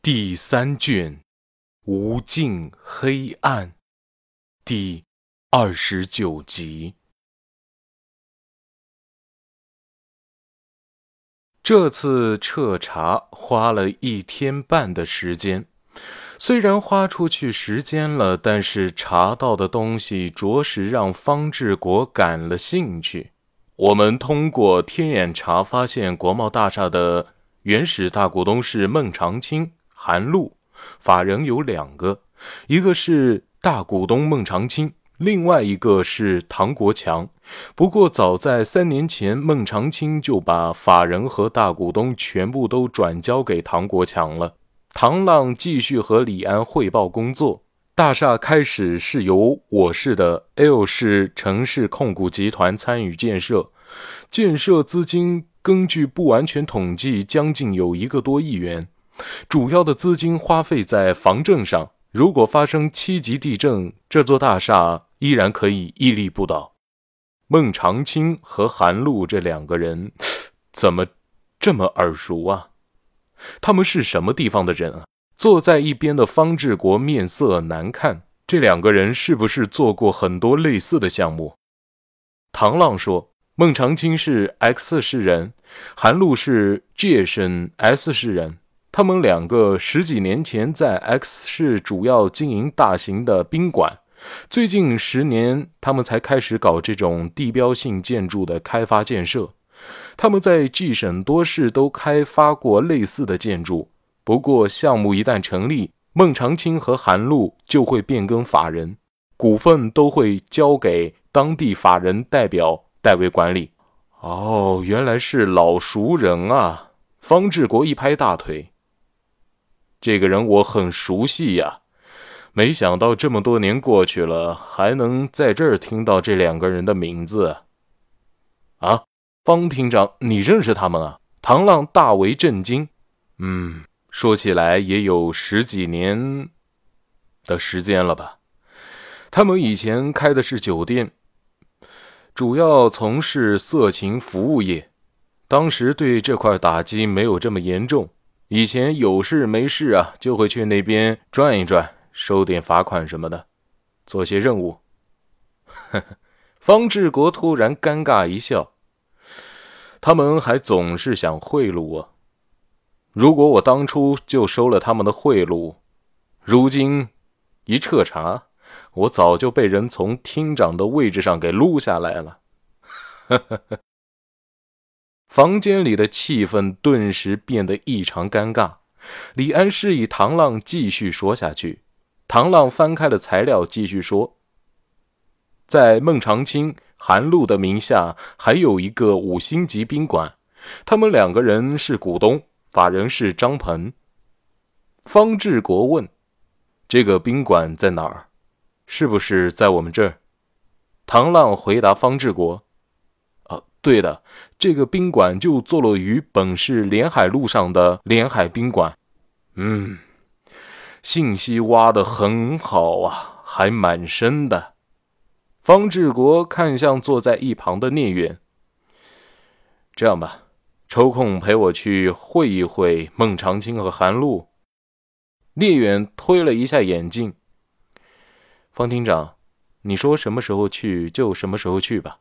第3卷，无尽黑暗，第29集。这次彻查花了1天半的时间，虽然花出去时间了，但是查到的东西着实让方志国感了兴趣。我们通过天眼查发现，国贸大厦的原始大股东是孟长青、韩露，法人有2个，一个是大股东孟长青，另外一个是唐国强。不过早在3年前，孟长青就把法人和大股东全部都转交给唐国强了。唐浪继续和李安汇报工作。大厦开始是由我市的 L 市城市控股集团参与建设，建设资金根据不完全统计将近有1个多亿元，主要的资金花费在防震上。如果发生7级地震，这座大厦依然可以屹立不倒。孟长青和韩露这2个人怎么这么耳熟啊？他们是什么地方的人啊？坐在一边的方志国面色难看，这2个人是不是做过很多类似的项目？唐浪说，孟长青是 X 市人，韩露是 J 省 S 市人。他们2个10几年前在 X 市主要经营大型的宾馆，最近10年他们才开始搞这种地标性建筑的开发建设。他们在 G 省多市都开发过类似的建筑，不过项目一旦成立，孟长青和韩露就会变更法人，股份都会交给当地法人代表代为管理。哦，原来是老熟人啊！方志国一拍大腿，这个人我很熟悉呀，没想到这么多年过去了，还能在这儿听到这2个人的名字。啊，方厅长，你认识他们啊？唐浪大为震惊。说起来也有10几年的时间了吧。他们以前开的是酒店，主要从事色情服务业，当时对这块打击没有这么严重，以前有事没事啊，就会去那边转一转，收点罚款什么的，做些任务。方志国突然尴尬一笑，他们还总是想贿赂啊。如果我当初就收了他们的贿赂，如今一彻查，我早就被人从厅长的位置上给撸下来了。房间里的气氛顿时变得异常尴尬。李安示意唐浪继续说下去。唐浪翻开了材料继续说，在孟长青、韩露的名下还有一个5星级宾馆，他们2个人是股东，法人是张鹏。方志国问，这个宾馆在哪儿？是不是在我们这儿？唐浪回答方志国，对的，这个宾馆就坐落于本市连海路上的连海宾馆。信息挖得很好啊，还蛮深的。方志国看向坐在一旁的聂远，这样吧，抽空陪我去会一会孟长青和韩露。聂远推了一下眼镜，方厅长，你说什么时候去就什么时候去吧。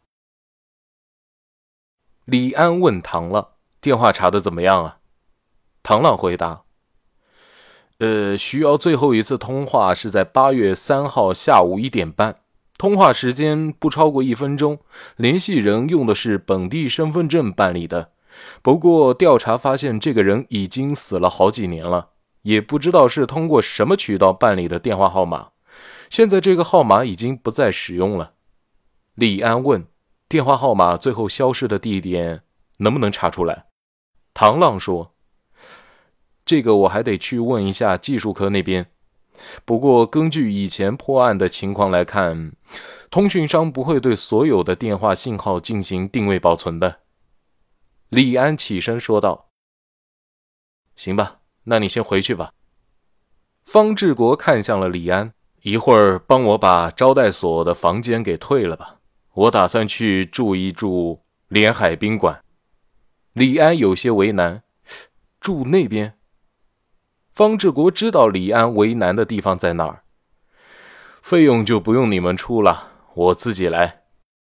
李安问唐浪，电话查得怎么样啊？唐浪回答，需要最后一次通话是在8月3号下午1点半，通话时间不超过1分钟，联系人用的是本地身份证办理的。不过调查发现这个人已经死了好几年了，也不知道是通过什么渠道办理的电话号码，现在这个号码已经不再使用了。李安问，电话号码最后消失的地点能不能查出来？唐浪说，这个我还得去问一下技术科那边，不过根据以前破案的情况来看，通讯商不会对所有的电话信号进行定位保存的。李安起身说道，行吧，那你先回去吧。方志国看向了李安，一会儿帮我把招待所的房间给退了吧，我打算去住一住连海宾馆。李安有些为难，住那边？ 方志国知道李安为难的地方在哪儿。费用就不用你们出了，我自己来。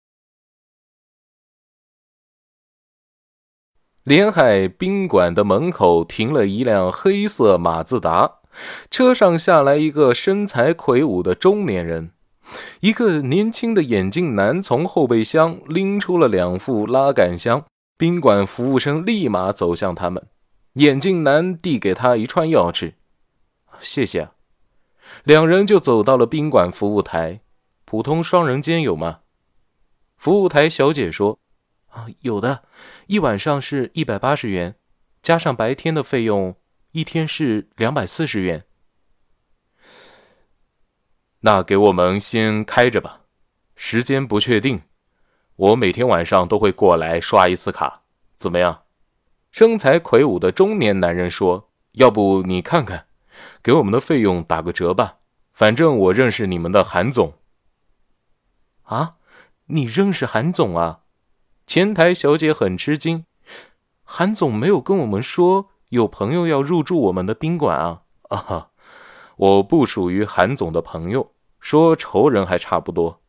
连海宾馆的门口停了一辆黑色马自达，车上下来一个身材魁梧的中年人。一个年轻的眼镜男从后备箱拎出了2副拉杆箱，宾馆服务生立马走向他们。眼镜男递给他一串钥匙。谢谢。2人就走到了宾馆服务台。普通双人间有吗？服务台小姐说，有的，一晚上是180元，加上白天的费用，一天是240元。那给我们先开着吧，时间不确定，我每天晚上都会过来刷一次卡，怎么样？身材魁梧的中年男人说，要不你看看，给我们的费用打个折吧，反正我认识你们的韩总。啊，你认识韩总啊？前台小姐很吃惊，韩总没有跟我们说有朋友要入住我们的宾馆啊。我不属于韩总的朋友，说仇人还差不多。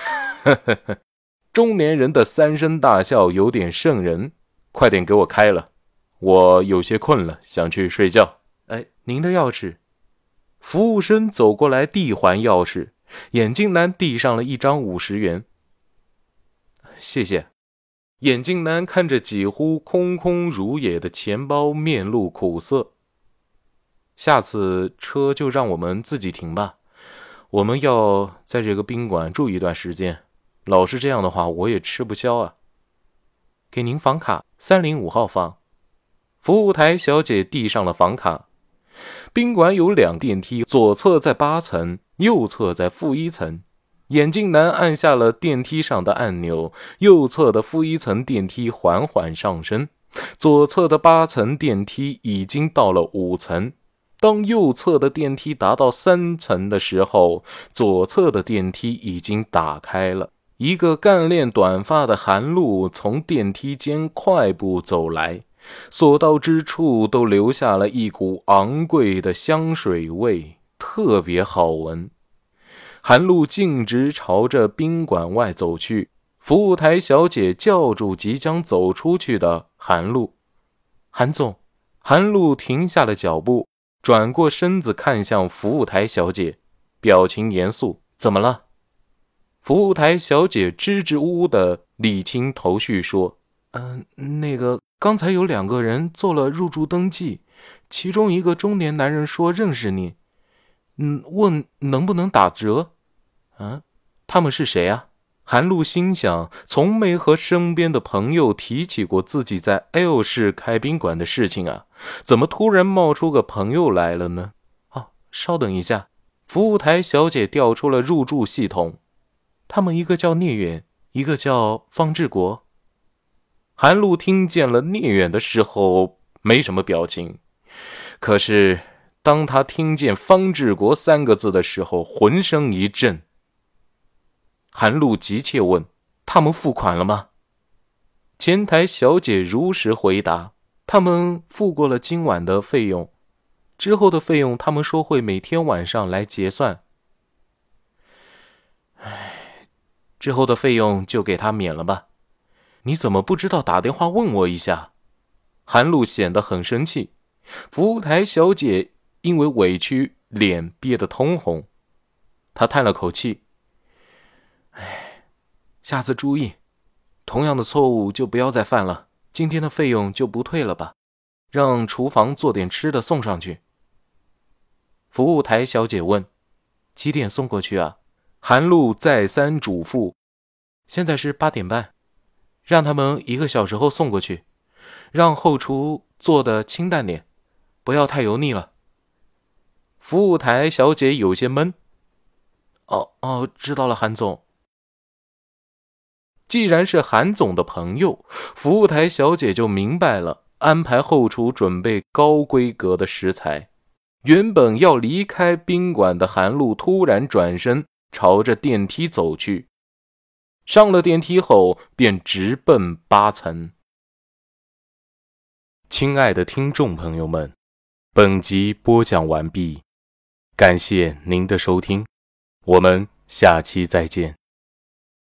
中年人的3声大笑有点瘆人，快点给我开了，我有些困了，想去睡觉。您的钥匙。服务生走过来递还钥匙，眼镜男递上了一张50元。谢谢。眼镜男看着几乎空空如也的钱包，面露苦涩。下次车就让我们自己停吧，我们要在这个宾馆住一段时间，老是这样的话我也吃不消啊。给您房卡305号房。服务台小姐递上了房卡。宾馆有2电梯，左侧在8层，右侧在负1层。眼镜男按下了电梯上的按钮，右侧的负1层电梯缓缓上升，左侧的8层电梯已经到了5层。当右侧的电梯达到3层的时候，左侧的电梯已经打开了。一个干练短发的韩露从电梯间快步走来，所到之处都留下了一股昂贵的香水味，特别好闻。韩露径直朝着宾馆外走去，服务台小姐叫住即将走出去的韩露。韩总。韩露停下了脚步，转过身子看向服务台小姐，表情严肃。怎么了？服务台小姐支支吾吾地理清头绪说，刚才有2个人做了入住登记，其中一个中年男人说认识你，问能不能打折。他们是谁啊？韩露心想，从没和身边的朋友提起过自己在 L 市开宾馆的事情啊，怎么突然冒出个朋友来了呢？稍等一下。服务台小姐调出了入住系统，他们一个叫聂远，一个叫方志国。韩露听见了聂远的时候没什么表情，可是当他听见方志国3个字的时候，浑身一震。韩露急切问，他们付款了吗？前台小姐如实回答，他们付过了今晚的费用，之后的费用他们说会每天晚上来结算。之后的费用就给他免了吧。你怎么不知道打电话问我一下？韩露显得很生气。服务台小姐因为委屈，脸憋得通红。她叹了口气，下次注意，同样的错误就不要再犯了。今天的费用就不退了吧，让厨房做点吃的送上去。服务台小姐问，几点送过去啊？韩露再三嘱咐，现在是8点半，让他们1个小时后送过去，让后厨做的清淡点，不要太油腻了。服务台小姐有些闷。知道了，韩总。既然是韩总的朋友，服务台小姐就明白了，安排后厨准备高规格的食材。原本要离开宾馆的韩露突然转身，朝着电梯走去。上了电梯后，便直奔8层。亲爱的听众朋友们， 本集播讲完毕，感谢您的收听，我们下期再见。